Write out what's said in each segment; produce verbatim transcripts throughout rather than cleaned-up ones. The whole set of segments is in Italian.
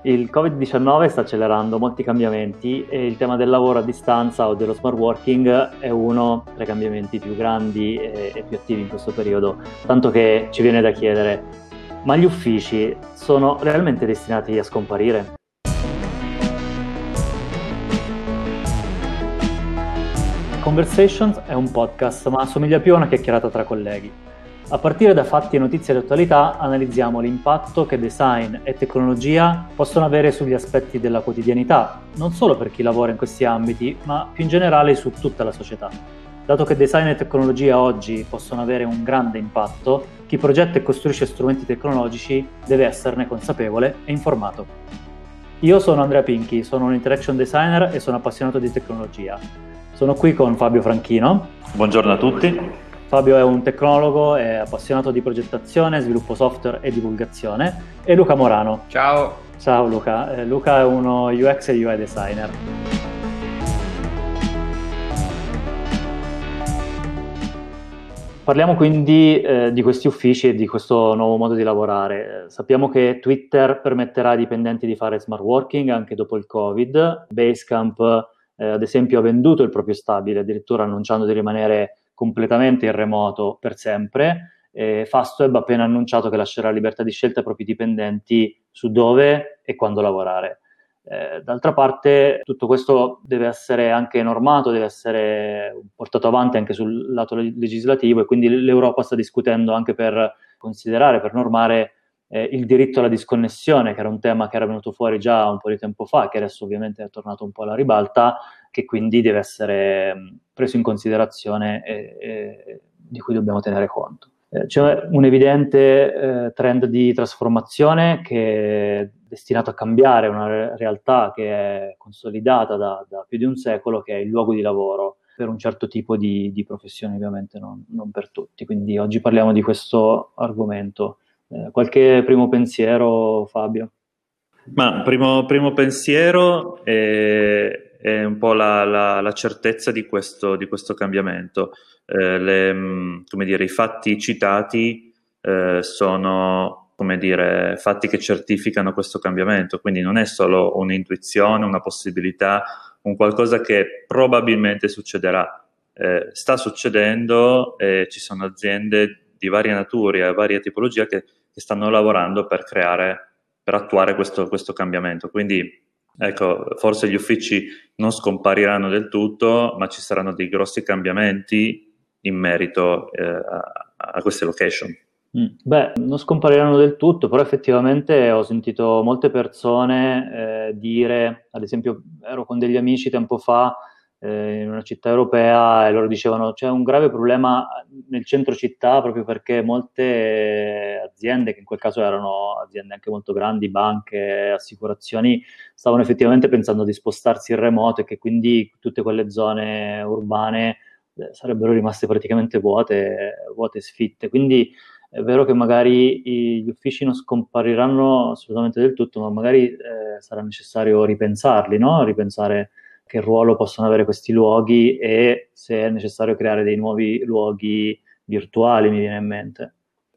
Il covid diciannove sta accelerando molti cambiamenti e il tema del lavoro a distanza o dello smart working è uno tra i cambiamenti più grandi e, e più attivi in questo periodo, tanto che ci viene da chiedere: ma gli uffici sono realmente destinati a scomparire? Conversations è un podcast, ma assomiglia più a una chiacchierata tra colleghi. A partire da fatti e notizie di attualità, analizziamo l'impatto che design e tecnologia possono avere sugli aspetti della quotidianità, non solo per chi lavora in questi ambiti, ma più in generale su tutta la società. Dato che design e tecnologia oggi possono avere un grande impatto, chi progetta e costruisce strumenti tecnologici deve esserne consapevole e informato. Io sono Andrea Pinchi, sono un interaction designer e sono appassionato di tecnologia. Sono qui con Fabio Franchino. Buongiorno a tutti. Fabio è un tecnologo, è appassionato di progettazione, sviluppo software e divulgazione. E Luca Morano. Ciao. Ciao Luca. Eh, Luca è uno U X e U I designer. Parliamo quindi eh, di questi uffici e di questo nuovo modo di lavorare. Eh, sappiamo che Twitter permetterà ai dipendenti di fare smart working anche dopo il Covid. Basecamp, eh, ad esempio, ha venduto il proprio stabile, addirittura annunciando di rimanere completamente in remoto per sempre. E Fastweb ha appena annunciato che lascerà libertà di scelta ai propri dipendenti su dove e quando lavorare. Eh, d'altra parte tutto questo deve essere anche normato, deve essere portato avanti anche sul lato legislativo, e quindi l'Europa sta discutendo anche per considerare, per normare eh, il diritto alla disconnessione, che era un tema che era venuto fuori già un po' di tempo fa, che adesso ovviamente è tornato un po' alla ribalta, che quindi deve essere preso in considerazione e, e di cui dobbiamo tenere conto. Eh, c'è un evidente eh, trend di trasformazione che è destinato a cambiare una re- realtà che è consolidata da, da più di un secolo, che è il luogo di lavoro per un certo tipo di, di professioni, ovviamente non, non per tutti. Quindi oggi parliamo di questo argomento. Eh, qualche primo pensiero, Fabio? Ma primo, primo pensiero è, è un po' la, la, la certezza di questo, di questo cambiamento. Eh, le, come dire, i fatti citati eh, sono, come dire, fatti che certificano questo cambiamento, quindi non è solo un'intuizione, una possibilità, un qualcosa che probabilmente succederà. Eh, sta succedendo e ci sono aziende di varie nature e varie tipologie che, che stanno lavorando per creare per attuare questo, questo cambiamento. Quindi, ecco, forse gli uffici non scompariranno del tutto, ma ci saranno dei grossi cambiamenti in merito eh, a, a queste location. Mm. Beh, non scompariranno del tutto, però effettivamente ho sentito molte persone eh, dire, ad esempio ero con degli amici tempo fa eh, in una città europea e loro dicevano c'è un grave problema nel centro città, proprio perché molte aziende, che in quel caso erano aziende anche molto grandi, banche, assicurazioni, stavano effettivamente pensando di spostarsi in remoto, e che quindi tutte quelle zone urbane eh, sarebbero rimaste praticamente vuote, vuote e sfitte. Quindi è vero che magari gli uffici non scompariranno assolutamente del tutto, ma magari eh, sarà necessario ripensarli, no? Ripensare che ruolo possono avere questi luoghi e se è necessario creare dei nuovi luoghi virtuali, mi viene in mente.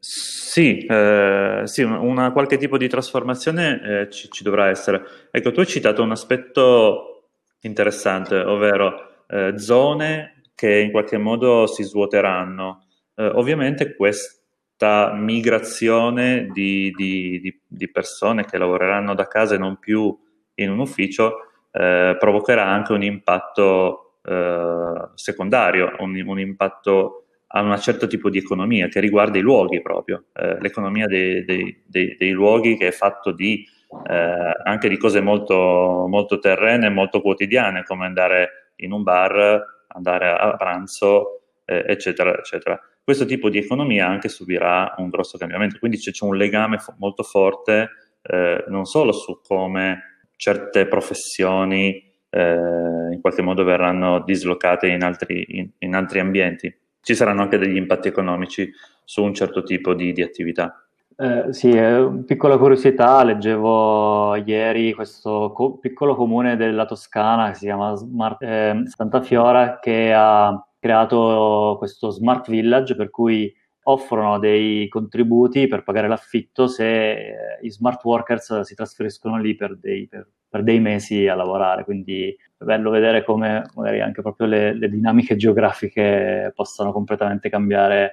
Sì, eh, sì, una, una qualche tipo di trasformazione eh, ci, ci dovrà essere. Ecco, tu hai citato un aspetto interessante, ovvero eh, zone che in qualche modo si svuoteranno. Eh, ovviamente questa migrazione di, di, di, di persone che lavoreranno da casa e non più in un ufficio eh, provocherà anche un impatto eh, secondario, un, un impatto a un certo tipo di economia che riguarda i luoghi proprio, eh, l'economia dei, dei, dei, dei luoghi, che è fatto di, eh, anche di cose molto, molto terrene, molto quotidiane, come andare in un bar, andare a pranzo, eh, eccetera, eccetera. Questo tipo di economia anche subirà un grosso cambiamento, quindi c'è, c'è un legame fo- molto forte eh, non solo su come certe professioni eh, in qualche modo verranno dislocate in altri, in, in altri ambienti. Ci saranno anche degli impatti economici su un certo tipo di, di attività. Eh, sì, eh, piccola curiosità, leggevo ieri questo co- piccolo comune della Toscana che si chiama Smart, eh, Santa Fiora, che ha creato questo Smart Village, per cui offrono dei contributi per pagare l'affitto se eh, i smart workers si trasferiscono lì per dei, per, per dei mesi a lavorare, quindi è bello vedere come magari anche proprio le, le dinamiche geografiche possano completamente cambiare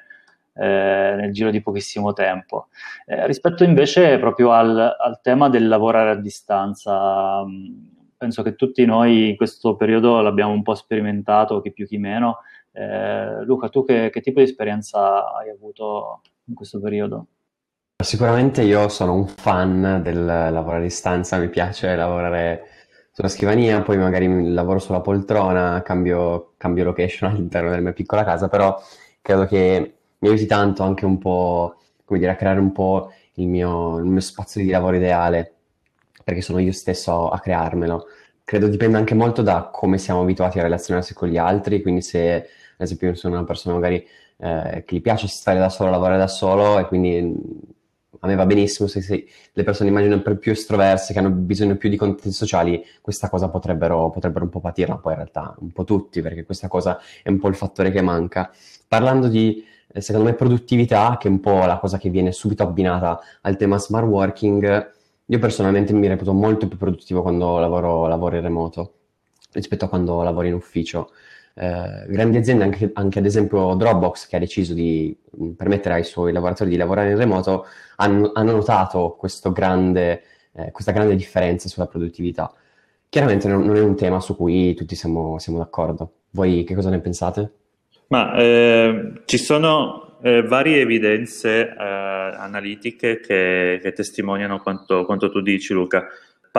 eh, nel giro di pochissimo tempo. Eh, rispetto invece proprio al, al tema del lavorare a distanza, mh, penso che tutti noi in questo periodo l'abbiamo un po' sperimentato, chi più chi meno. Eh, Luca, tu che, che tipo di esperienza hai avuto in questo periodo? Sicuramente io sono un fan del lavoro a distanza, mi piace lavorare sulla scrivania, poi magari lavoro sulla poltrona, cambio, cambio location all'interno della mia piccola casa, però credo che mi aiuti tanto anche un po', come dire, a creare un po' il mio, il mio spazio di lavoro ideale, perché sono io stesso a crearmelo. Credo dipenda anche molto da come siamo abituati a relazionarsi con gli altri, quindi se ad esempio sono una persona magari eh, che gli piace stare da solo, lavorare da solo, e quindi mh, a me va benissimo. Se, se le persone immagino per più estroverse, che hanno bisogno più di contatti sociali, questa cosa potrebbero, potrebbero un po' patirla, poi in realtà un po' tutti, perché questa cosa è un po' il fattore che manca. Parlando di, eh, secondo me, produttività, che è un po' la cosa che viene subito abbinata al tema smart working, io personalmente mi reputo molto più produttivo quando lavoro, lavoro in remoto rispetto a quando lavoro in ufficio. Eh, grandi aziende, anche, anche ad esempio Dropbox, che ha deciso di mh, permettere ai suoi lavoratori di lavorare in remoto, hanno, hanno notato questo grande, eh, questa grande differenza sulla produttività. Chiaramente non, non è un tema su cui tutti siamo, siamo d'accordo. Voi che cosa ne pensate? Ma eh, ci sono eh, varie evidenze eh, analitiche che, che testimoniano quanto, quanto tu dici, Luca.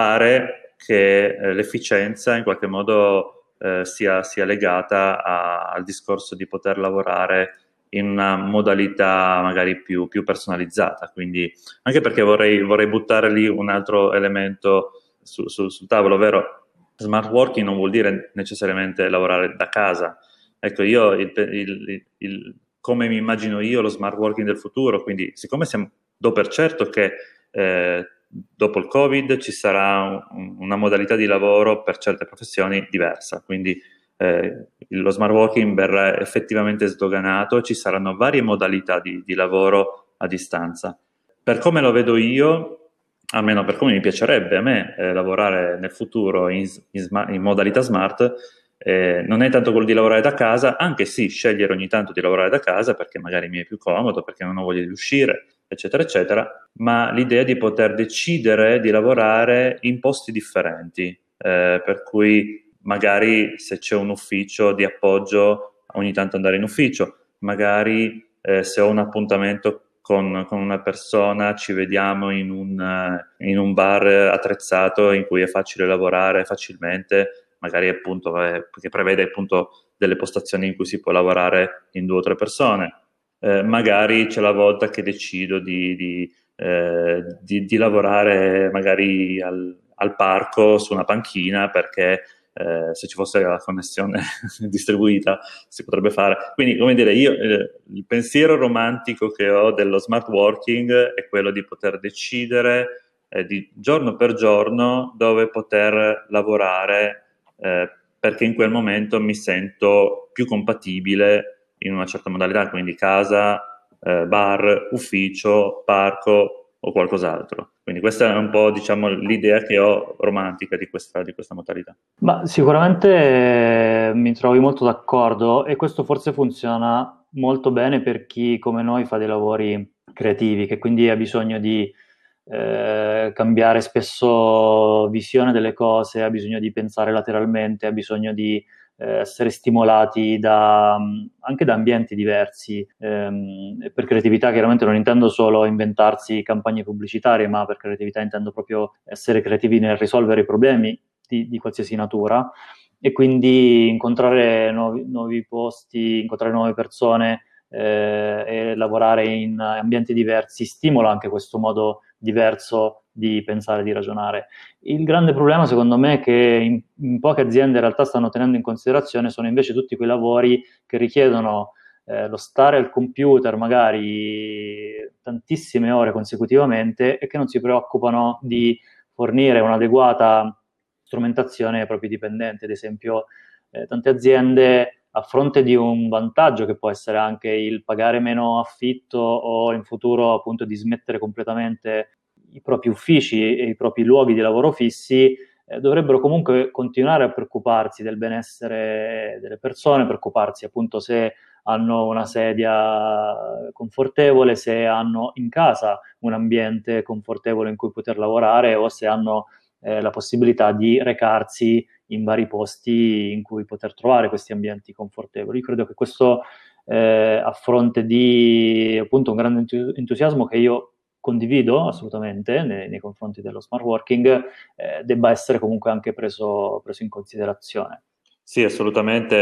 Pare che eh, l'efficienza in qualche modo eh, sia, sia legata a- al discorso di poter lavorare in una modalità magari più, più personalizzata. Quindi, anche perché vorrei, vorrei buttare lì un altro elemento su- su- sul tavolo, ovvero smart working non vuol dire necessariamente lavorare da casa. Ecco, io il, il- il- il- come mi immagino io lo smart working del futuro, quindi siccome siamo, do per certo che eh, dopo il Covid ci sarà un- una modalità di lavoro per certe professioni diversa, quindi eh, lo smart working verrà effettivamente sdoganato, ci saranno varie modalità di, di lavoro a distanza. Per come lo vedo io, almeno per come mi piacerebbe a me eh, lavorare nel futuro in, in sma- in modalità smart, eh, non è tanto quello di lavorare da casa, anche sì, scegliere ogni tanto di lavorare da casa perché magari mi è più comodo, perché non ho voglia di uscire, eccetera, eccetera, ma l'idea di poter decidere di lavorare in posti differenti, eh, per cui magari se c'è un ufficio di appoggio, ogni tanto andare in ufficio, magari eh, se ho un appuntamento con, con una persona, ci vediamo in un, eh, in un bar attrezzato in cui è facile lavorare facilmente, magari appunto eh, che prevede appunto delle postazioni in cui si può lavorare in due o tre persone. Eh, magari c'è la volta che decido di, di, eh, di, di lavorare magari al, al parco su una panchina perché eh, se ci fosse la connessione distribuita si potrebbe fare. Quindi, come dire, io eh, il pensiero romantico che ho dello smart working è quello di poter decidere eh, di giorno per giorno dove poter lavorare eh, perché in quel momento mi sento più compatibile in una certa modalità, quindi casa, eh, bar, ufficio, parco o qualcos'altro. Quindi questa è un po', diciamo, l'idea che ho romantica di questa, di questa modalità. Ma sicuramente eh, mi trovi molto d'accordo e questo forse funziona molto bene per chi come noi fa dei lavori creativi, che quindi ha bisogno di eh, cambiare spesso visione delle cose, ha bisogno di pensare lateralmente, ha bisogno di eh, essere stimolati da, mh, anche da ambienti diversi. Ehm, e per creatività chiaramente non intendo solo inventarsi campagne pubblicitarie, ma per creatività intendo proprio essere creativi nel risolvere i problemi di, di qualsiasi natura e quindi incontrare nuovi, nuovi posti, incontrare nuove persone eh, e lavorare in ambienti diversi stimola anche questo modo diverso di pensare, di ragionare. Il grande problema secondo me è che in, in poche aziende in realtà stanno tenendo in considerazione sono invece tutti quei lavori che richiedono eh, lo stare al computer magari tantissime ore consecutivamente e che non si preoccupano di fornire un'adeguata strumentazione ai propri dipendenti. Ad esempio, eh, tante aziende a fronte di un vantaggio che può essere anche il pagare meno affitto o in futuro appunto di smettere completamente i propri uffici e i propri luoghi di lavoro fissi, eh, dovrebbero comunque continuare a preoccuparsi del benessere delle persone, preoccuparsi appunto se hanno una sedia confortevole, se hanno in casa un ambiente confortevole in cui poter lavorare o se hanno eh, la possibilità di recarsi in vari posti in cui poter trovare questi ambienti confortevoli. Io credo che questo, eh, a fronte di appunto un grande entusiasmo che io condivido assolutamente nei, nei confronti dello smart working, eh, debba essere comunque anche preso, preso in considerazione. Sì, assolutamente.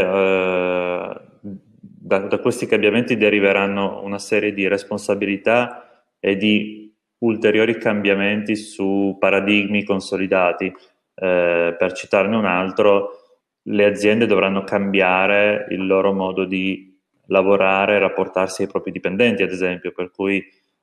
Eh, da, da questi cambiamenti deriveranno una serie di responsabilità e di ulteriori cambiamenti su paradigmi consolidati. Eh, per citarne un altro, le aziende dovranno cambiare il loro modo di lavorare, rapportarsi ai propri dipendenti, ad esempio, per cui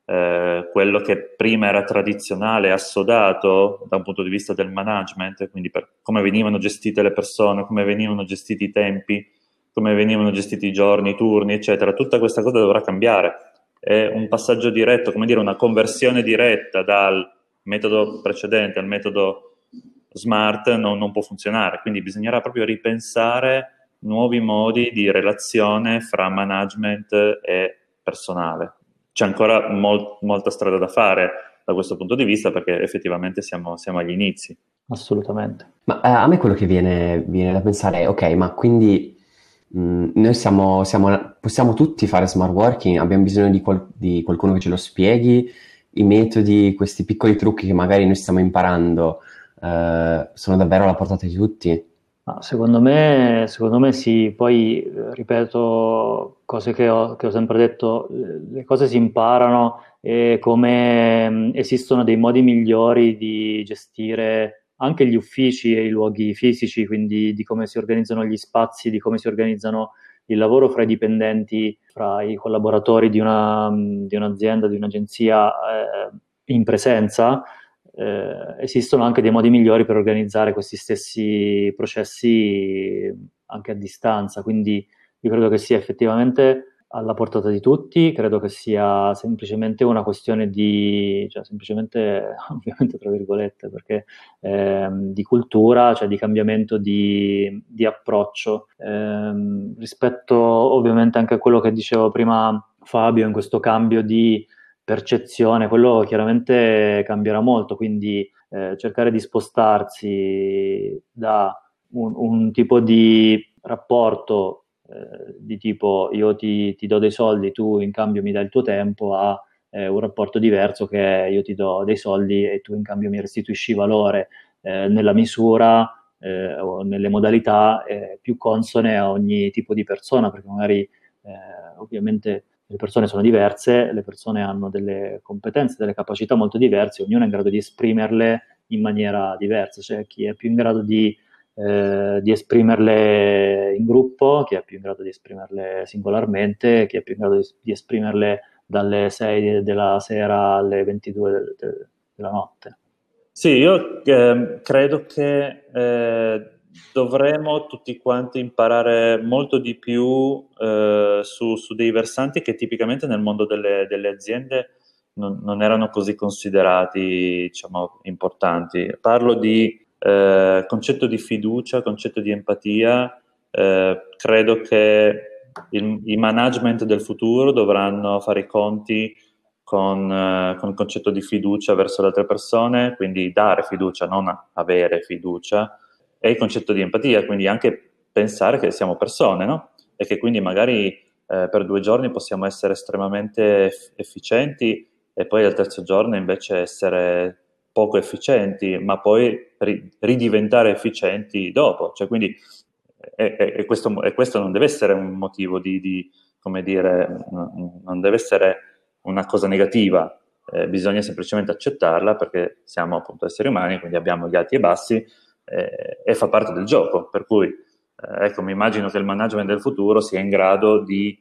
eh, quello che prima era tradizionale, assodato da un punto di vista del management, quindi per come venivano gestite le persone, come venivano gestiti i tempi, come venivano gestiti i giorni, i turni, eccetera, tutta questa cosa dovrà cambiare. È un passaggio diretto, come dire, una conversione diretta dal metodo precedente al metodo smart non, non può funzionare, quindi bisognerà proprio ripensare nuovi modi di relazione fra management e personale. C'è ancora mol- molta strada da fare da questo punto di vista, perché effettivamente siamo, siamo agli inizi. Assolutamente. Ma eh, a me quello che viene, viene da pensare è, ok, ma quindi mh, noi siamo, siamo, possiamo tutti fare smart working, abbiamo bisogno di, qual- di qualcuno che ce lo spieghi, i metodi, questi piccoli trucchi che magari noi stiamo imparando eh, sono davvero alla portata di tutti? Ah, secondo me, secondo me sì, poi eh, ripeto cose che ho, che ho sempre detto, le le cose si imparano e come mh, esistono dei modi migliori di gestire anche gli uffici e i luoghi fisici, quindi di come si organizzano gli spazi, di come si organizzano il lavoro fra i dipendenti, fra i collaboratori di una, mh, di un'azienda, di un'agenzia eh, in presenza. Eh, esistono anche dei modi migliori per organizzare questi stessi processi anche a distanza, quindi io credo che sia effettivamente alla portata di tutti, credo che sia semplicemente una questione di, cioè semplicemente, ovviamente tra virgolette, perché ehm, di cultura, cioè di cambiamento di, di approccio, ehm, rispetto ovviamente anche a quello che dicevo prima Fabio, in questo cambio di percezione, quello chiaramente cambierà molto, quindi eh, cercare di spostarsi da un, un tipo di rapporto eh, di tipo io ti, ti do dei soldi, tu in cambio mi dai il tuo tempo, a eh, un rapporto diverso che io ti do dei soldi e tu in cambio mi restituisci valore eh, nella misura eh, o nelle modalità eh, più consone a ogni tipo di persona, perché magari eh, ovviamente le persone sono diverse, le persone hanno delle competenze, delle capacità molto diverse, ognuno è in grado di esprimerle in maniera diversa, cioè chi è più in grado di, eh, di esprimerle in gruppo, chi è più in grado di esprimerle singolarmente, chi è più in grado di, di esprimerle dalle sei della sera alle ventidue de, de, della notte. Sì, io eh, credo che eh, dovremo tutti quanti imparare molto di più eh, su, su dei versanti che tipicamente nel mondo delle, delle aziende non, non erano così considerati, diciamo, importanti. Parlo di eh, concetto di fiducia, concetto di empatia. Eh, credo che il, i management del futuro dovranno fare i conti con, eh, con il concetto di fiducia verso le altre persone, quindi dare fiducia, non avere fiducia, e il concetto di empatia, quindi anche pensare che siamo persone, no? E che quindi magari eh, per due giorni possiamo essere estremamente eff- efficienti e poi al terzo giorno invece essere poco efficienti, ma poi ri- ridiventare efficienti dopo. Cioè, quindi, e, e, e, questo, e questo non deve essere un motivo di, di come dire, non deve essere una cosa negativa, eh, bisogna semplicemente accettarla perché siamo appunto esseri umani, quindi abbiamo gli alti e bassi eh, e fa parte del gioco, per cui eh, ecco, mi immagino che il management del futuro sia in grado di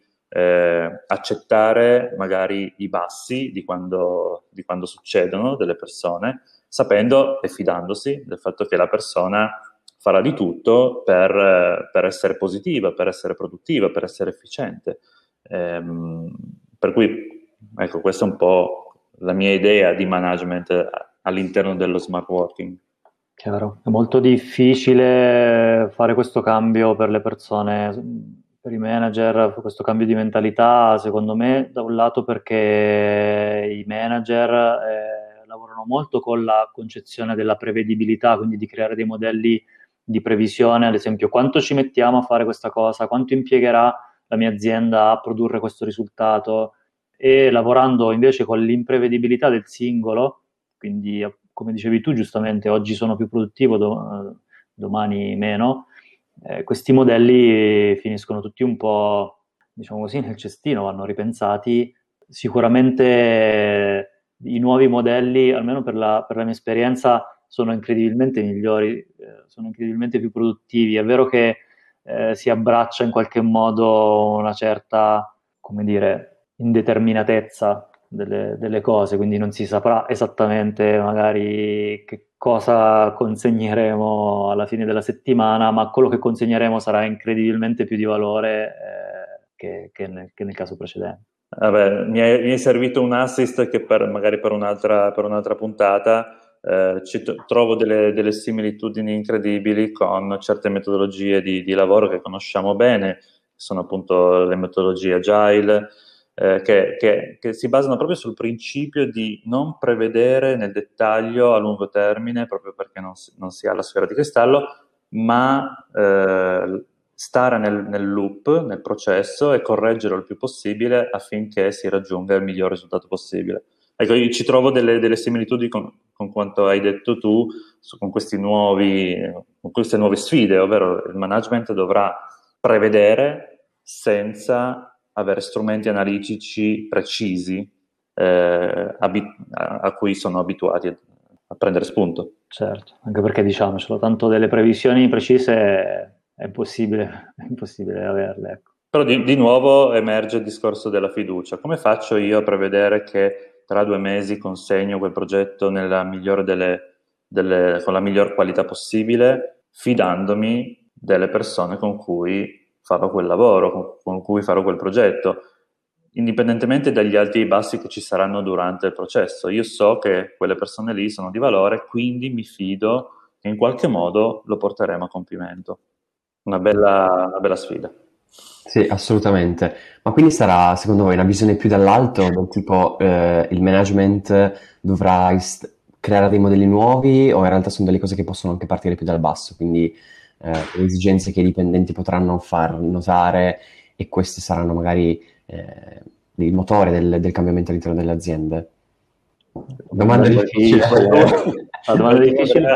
eh, accettare magari i bassi di quando, di quando succedono delle persone, sapendo e fidandosi del fatto che la persona farà di tutto per, per essere positiva, per essere produttiva, per essere efficiente. Ehm, per cui, ecco, questa è un po' la mia idea di management all'interno dello smart working. Chiaro, è molto difficile fare questo cambio per le persone, per i manager, questo cambio di mentalità, secondo me, da un lato perché i manager eh, lavorano molto con la concezione della prevedibilità, quindi di creare dei modelli di previsione, ad esempio quanto ci mettiamo a fare questa cosa, quanto impiegherà la mia azienda a produrre questo risultato, e lavorando invece con l'imprevedibilità del singolo, quindi come dicevi tu giustamente, oggi sono più produttivo, do, domani meno, eh, questi modelli finiscono tutti un po', diciamo così, nel cestino, vanno ripensati. Sicuramente eh, i nuovi modelli, almeno per la, per la mia esperienza, sono incredibilmente migliori, eh, sono incredibilmente più produttivi. È vero che eh, si abbraccia in qualche modo una certa, come dire, indeterminatezza delle, delle cose, quindi non si saprà esattamente magari che cosa consegneremo alla fine della settimana, ma quello che consegneremo sarà incredibilmente più di valore eh, che, che, nel, che nel caso precedente. Vabbè, mi è, mi è servito un assist che per, magari per un'altra, per un'altra puntata eh, ci t- trovo delle, delle similitudini incredibili con certe metodologie di, di lavoro che conosciamo bene, sono appunto le metodologie agile, eh, che, che, che si basano proprio sul principio di non prevedere nel dettaglio a lungo termine, proprio perché non si, non si ha la sfera di cristallo, ma eh, stare nel, nel loop, nel processo, e correggere il più possibile affinché si raggiunga il miglior risultato possibile. Ecco, io ci trovo delle, delle similitudini con, con quanto hai detto tu, su, con, questi nuovi, con queste nuove sfide, ovvero il management dovrà prevedere senza avere strumenti analitici precisi eh, abi- a, a cui sono abituati a, a prendere spunto. Certo, anche perché diciamocelo, tanto delle previsioni precise è impossibile, è impossibile averle, ecco. Però di, di nuovo emerge il discorso della fiducia. Come faccio io a prevedere che tra due mesi consegno quel progetto nella migliore delle, delle, con la miglior qualità possibile, fidandomi delle persone con cui farò quel lavoro, con, con cui farò quel progetto, indipendentemente dagli alti e bassi che ci saranno durante il processo. Io so che quelle persone lì sono di valore, quindi mi fido che in qualche modo lo porteremo a compimento. Una bella, una bella sfida. Sì, assolutamente. Ma quindi sarà, secondo voi, una visione più dall'alto, del tipo eh, il management dovrà ist- creare dei modelli nuovi, o in realtà sono delle cose che possono anche partire più dal basso, quindi eh, le esigenze che i dipendenti potranno far notare, e queste saranno magari eh, il motore del, del cambiamento all'interno delle aziende? Domanda difficile. La domanda difficile.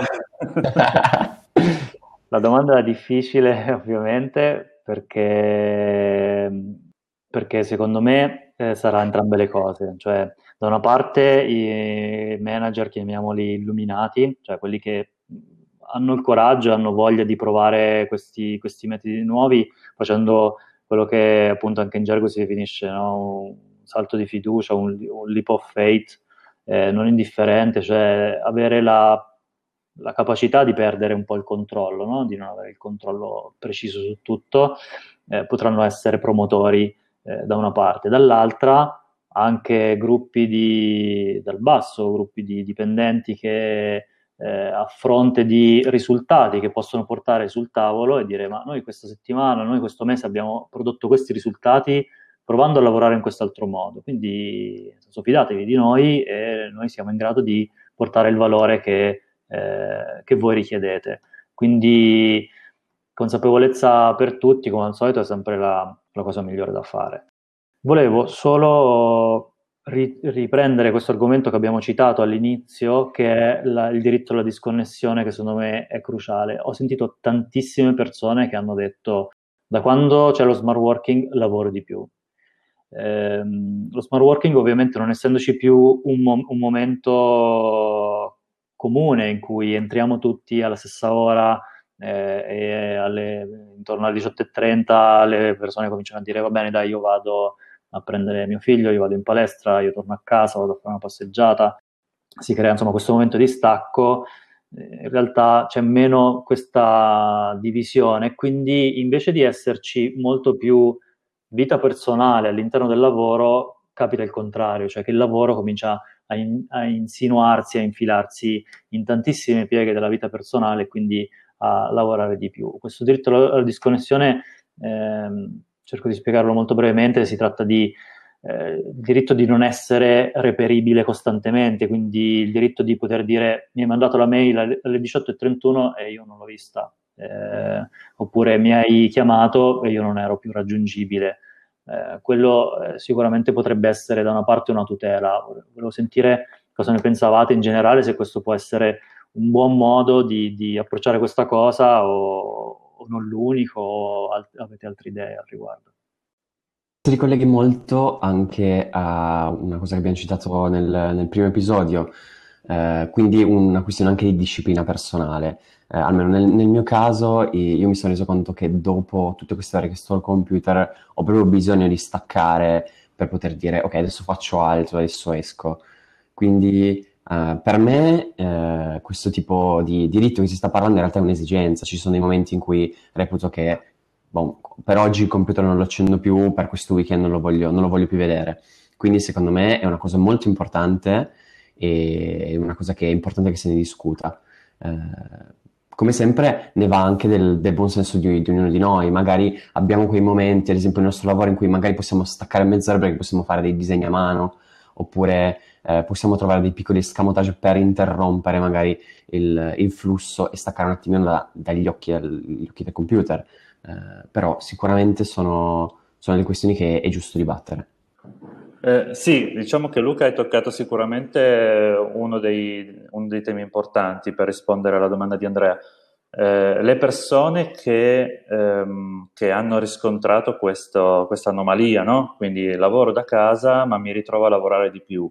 La domanda è difficile, ovviamente, perché, perché secondo me eh, sarà entrambe le cose. Cioè, da una parte i manager, chiamiamoli illuminati, cioè quelli che hanno il coraggio e hanno voglia di provare questi, questi metodi nuovi, facendo quello che appunto anche in gergo si definisce, no? Un salto di fiducia, un, un leap of faith, eh, non indifferente, cioè avere la la capacità di perdere un po' il controllo, no? Di non avere il controllo preciso su tutto, eh, potranno essere promotori eh, da una parte. Dall'altra anche gruppi di, dal basso, gruppi di dipendenti che eh, a fronte di risultati che possono portare sul tavolo e dire: ma noi questa settimana, noi questo mese abbiamo prodotto questi risultati provando a lavorare in quest'altro modo, quindi nel senso, fidatevi di noi e noi siamo in grado di portare il valore che Eh, che voi richiedete. Quindi consapevolezza per tutti, come al solito, è sempre la, la cosa migliore da fare. Volevo solo ri- riprendere questo argomento che abbiamo citato all'inizio, che è la, il diritto alla disconnessione, che secondo me è cruciale. Ho sentito tantissime persone che hanno detto: da quando c'è lo smart working lavoro di più. Eh, lo smart working, ovviamente, non essendoci più un, mo- un momento comune in cui entriamo tutti alla stessa ora eh, e alle, intorno alle diciotto e trenta le persone cominciano a dire: va bene, dai, io vado a prendere mio figlio, io vado in palestra, io torno a casa, vado a fare una passeggiata. Si crea insomma questo momento di stacco in realtà c'è meno questa divisione, quindi invece di esserci molto più vita personale all'interno del lavoro, capita il contrario, cioè che il lavoro comincia a, in, a insinuarsi, a infilarsi in tantissime pieghe della vita personale e quindi a lavorare di più. Questo diritto alla disconnessione, ehm, cerco di spiegarlo molto brevemente, si tratta di eh, il diritto di non essere reperibile costantemente, quindi il diritto di poter dire mi hai mandato la mail alle diciotto e trentuno e io non l'ho vista, eh, oppure mi hai chiamato e io non ero più raggiungibile. Eh, quello eh, sicuramente potrebbe essere da una parte una tutela. Volevo sentire cosa ne pensavate in generale, se questo può essere un buon modo di, di approcciare questa cosa o, o non l'unico, o al- avete altre idee al riguardo. Si ricolleghi molto anche a una cosa che abbiamo citato nel, nel primo episodio, eh, quindi una questione anche di disciplina personale. Eh, almeno nel, nel mio caso, eh, io mi sono reso conto che dopo tutte queste ore che sto al computer ho proprio bisogno di staccare per poter dire ok, adesso faccio altro, adesso esco. Quindi eh, per me eh, questo tipo di diritto che si sta parlando in realtà è un'esigenza. Ci sono dei momenti in cui reputo che boh, per oggi il computer non lo accendo più, per questo weekend non lo voglio, non lo voglio più vedere. Quindi secondo me è una cosa molto importante e è una cosa che è importante che se ne discuta. Eh, come sempre ne va anche del, del buon senso di, di ognuno di noi. Magari abbiamo quei momenti, ad esempio nel nostro lavoro, in cui magari possiamo staccare mezz'ora perché possiamo fare dei disegni a mano, oppure eh, possiamo trovare dei piccoli escamotage per interrompere magari il, il flusso e staccare un attimino da- dagli occhi, dagli occhi del computer. Eh, però sicuramente sono, sono delle questioni che è giusto dibattere. Eh, sì, diciamo che Luca hai toccato sicuramente uno dei, uno dei temi importanti per rispondere alla domanda di Andrea. Eh, le persone che, ehm, che hanno riscontrato questo, questa anomalia, no? Quindi lavoro da casa ma mi ritrovo a lavorare di più,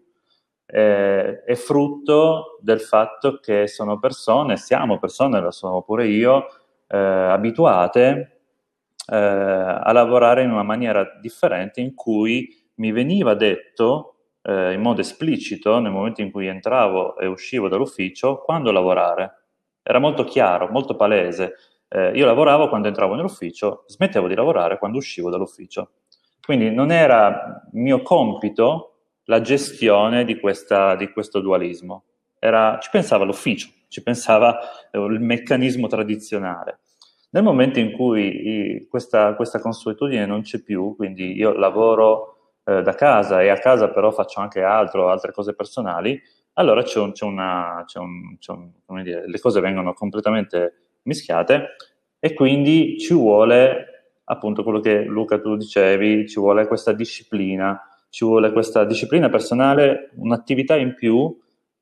eh, è frutto del fatto che sono persone, siamo persone, lo sono pure io, eh, abituate eh, a lavorare in una maniera differente in cui mi veniva detto eh, in modo esplicito nel momento in cui entravo e uscivo dall'ufficio quando lavorare. Era molto chiaro, molto palese. Eh, io lavoravo quando entravo nell'ufficio, smettevo di lavorare quando uscivo dall'ufficio. Quindi non era mio compito la gestione di, questa, di questo dualismo. Era, ci pensava l'ufficio, ci pensava eh, il meccanismo tradizionale. Nel momento in cui i, questa, questa consuetudine non c'è più, quindi io lavoro eh, da casa e a casa però faccio anche altro, altre cose personali, allora c'è un, c'è una, c'è un, c'è un, come dire, le cose vengono completamente mischiate e quindi ci vuole, appunto quello che Luca tu dicevi, ci vuole questa disciplina, ci vuole questa disciplina personale, un'attività in più,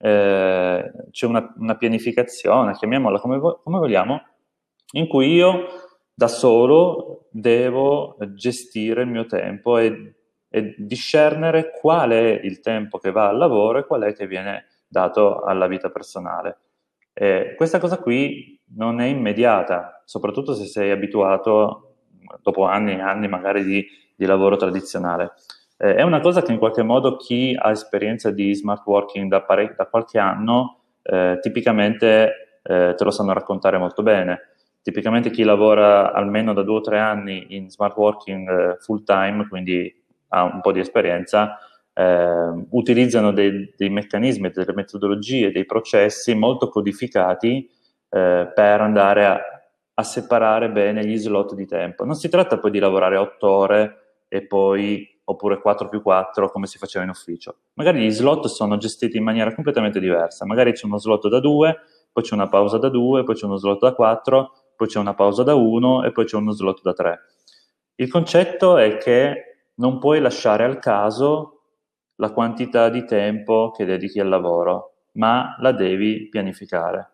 eh, c'è una, una pianificazione, chiamiamola come, vo- come vogliamo, in cui io da solo devo gestire il mio tempo e, e discernere qual è il tempo che va al lavoro e qual è che viene dato alla vita personale. Eh, questa cosa qui non è immediata, soprattutto se sei abituato dopo anni e anni magari di, di lavoro tradizionale. Eh, è una cosa che in qualche modo chi ha esperienza di smart working da, pare- da qualche anno eh, tipicamente eh, te lo sanno raccontare molto bene. Tipicamente chi lavora almeno da due o tre anni in smart working eh, full time, quindi ha un po' di esperienza, eh, utilizzano dei, dei meccanismi, delle metodologie, dei processi molto codificati eh, per andare a, a separare bene gli slot di tempo. Non si tratta poi di lavorare otto ore e poi oppure quattro più quattro come si faceva in ufficio. Magari gli slot sono gestiti in maniera completamente diversa. Magari c'è uno slot da due, poi c'è una pausa da due, poi c'è uno slot da quattro, poi c'è una pausa da uno e poi c'è uno slot da tre. Il concetto è che non puoi lasciare al caso la quantità di tempo che dedichi al lavoro, ma la devi pianificare.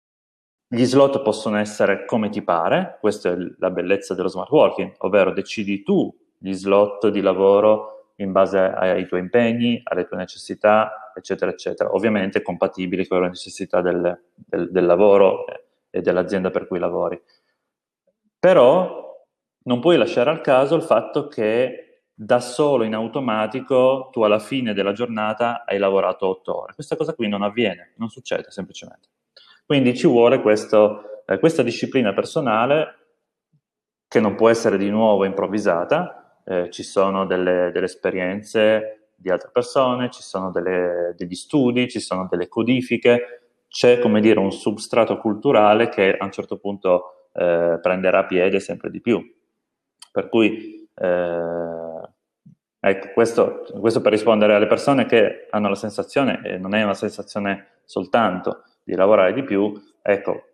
Gli slot possono essere come ti pare, questa è la bellezza dello smart working, ovvero decidi tu gli slot di lavoro in base ai tuoi impegni, alle tue necessità, eccetera, eccetera, ovviamente compatibili con le necessità del, del, del lavoro e dell'azienda per cui lavori. Però non puoi lasciare al caso il fatto che da solo in automatico tu alla fine della giornata hai lavorato otto ore. Questa cosa qui non avviene, non succede semplicemente. Quindi ci vuole questo, eh, questa disciplina personale che non può essere di nuovo improvvisata. Eh, ci sono delle, delle esperienze di altre persone, ci sono delle, degli studi, ci sono delle codifiche, c'è, come dire, un substrato culturale che a un certo punto eh, prenderà piede sempre di più. Per cui, eh, ecco, questo, questo per rispondere alle persone che hanno la sensazione, e non è una sensazione soltanto, di lavorare di più, ecco,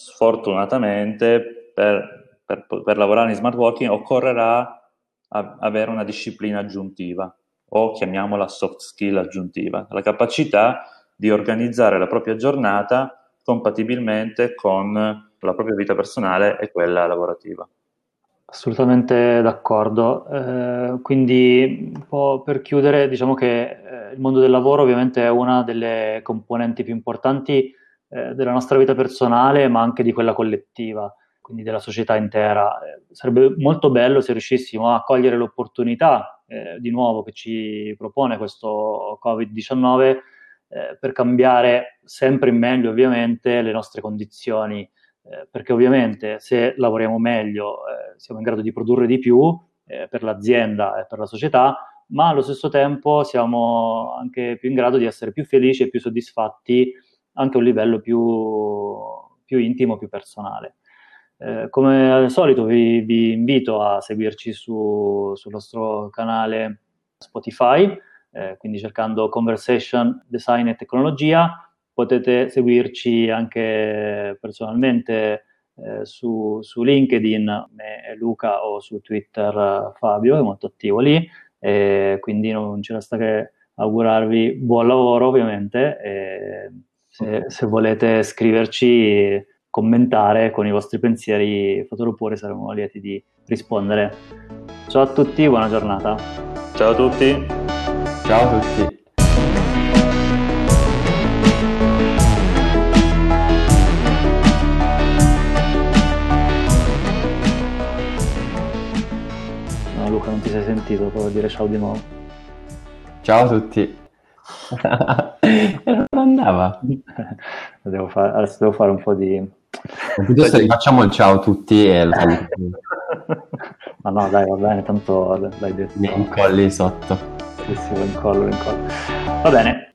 sfortunatamente per, per, per lavorare in smart working occorrerà a, avere una disciplina aggiuntiva, o chiamiamola soft skill aggiuntiva, la capacità di organizzare la propria giornata compatibilmente con la propria vita personale e quella lavorativa. Assolutamente d'accordo. Eh, quindi un po' per chiudere, diciamo che eh, il mondo del lavoro ovviamente è una delle componenti più importanti eh, della nostra vita personale, ma anche di quella collettiva, quindi della società intera. Eh, sarebbe molto bello se riuscissimo a cogliere l'opportunità eh, di nuovo che ci propone questo covid diciannove eh, per cambiare sempre in meglio ovviamente le nostre condizioni. Eh, perché ovviamente se lavoriamo meglio eh, siamo in grado di produrre di più eh, per l'azienda e per la società, ma allo stesso tempo siamo anche più in grado di essere più felici e più soddisfatti anche a un livello più, più intimo, più personale. Eh, come al solito vi, vi invito a seguirci su, sul nostro canale Spotify, eh, quindi cercando Conversation, Design e Tecnologia. Potete seguirci anche personalmente eh, su, su LinkedIn, me e Luca, o su Twitter Fabio, è molto attivo lì, e quindi non ci resta che augurarvi buon lavoro ovviamente, e se, se volete scriverci, commentare con i vostri pensieri, fatelo pure, saremo lieti di rispondere. Ciao a tutti, buona giornata. Ciao a tutti. Ciao a tutti. Luca, non ti sei sentito, provo a dire ciao di nuovo. Ciao a tutti. E non andava. devo fare, adesso devo fare un po' di... Piuttosto rifacciamo il ciao a tutti e lo Ma no, dai, va bene, tanto l'hai detto. Mi incolli sotto. Sì, sì, lo incollo, lo incollo. Va bene.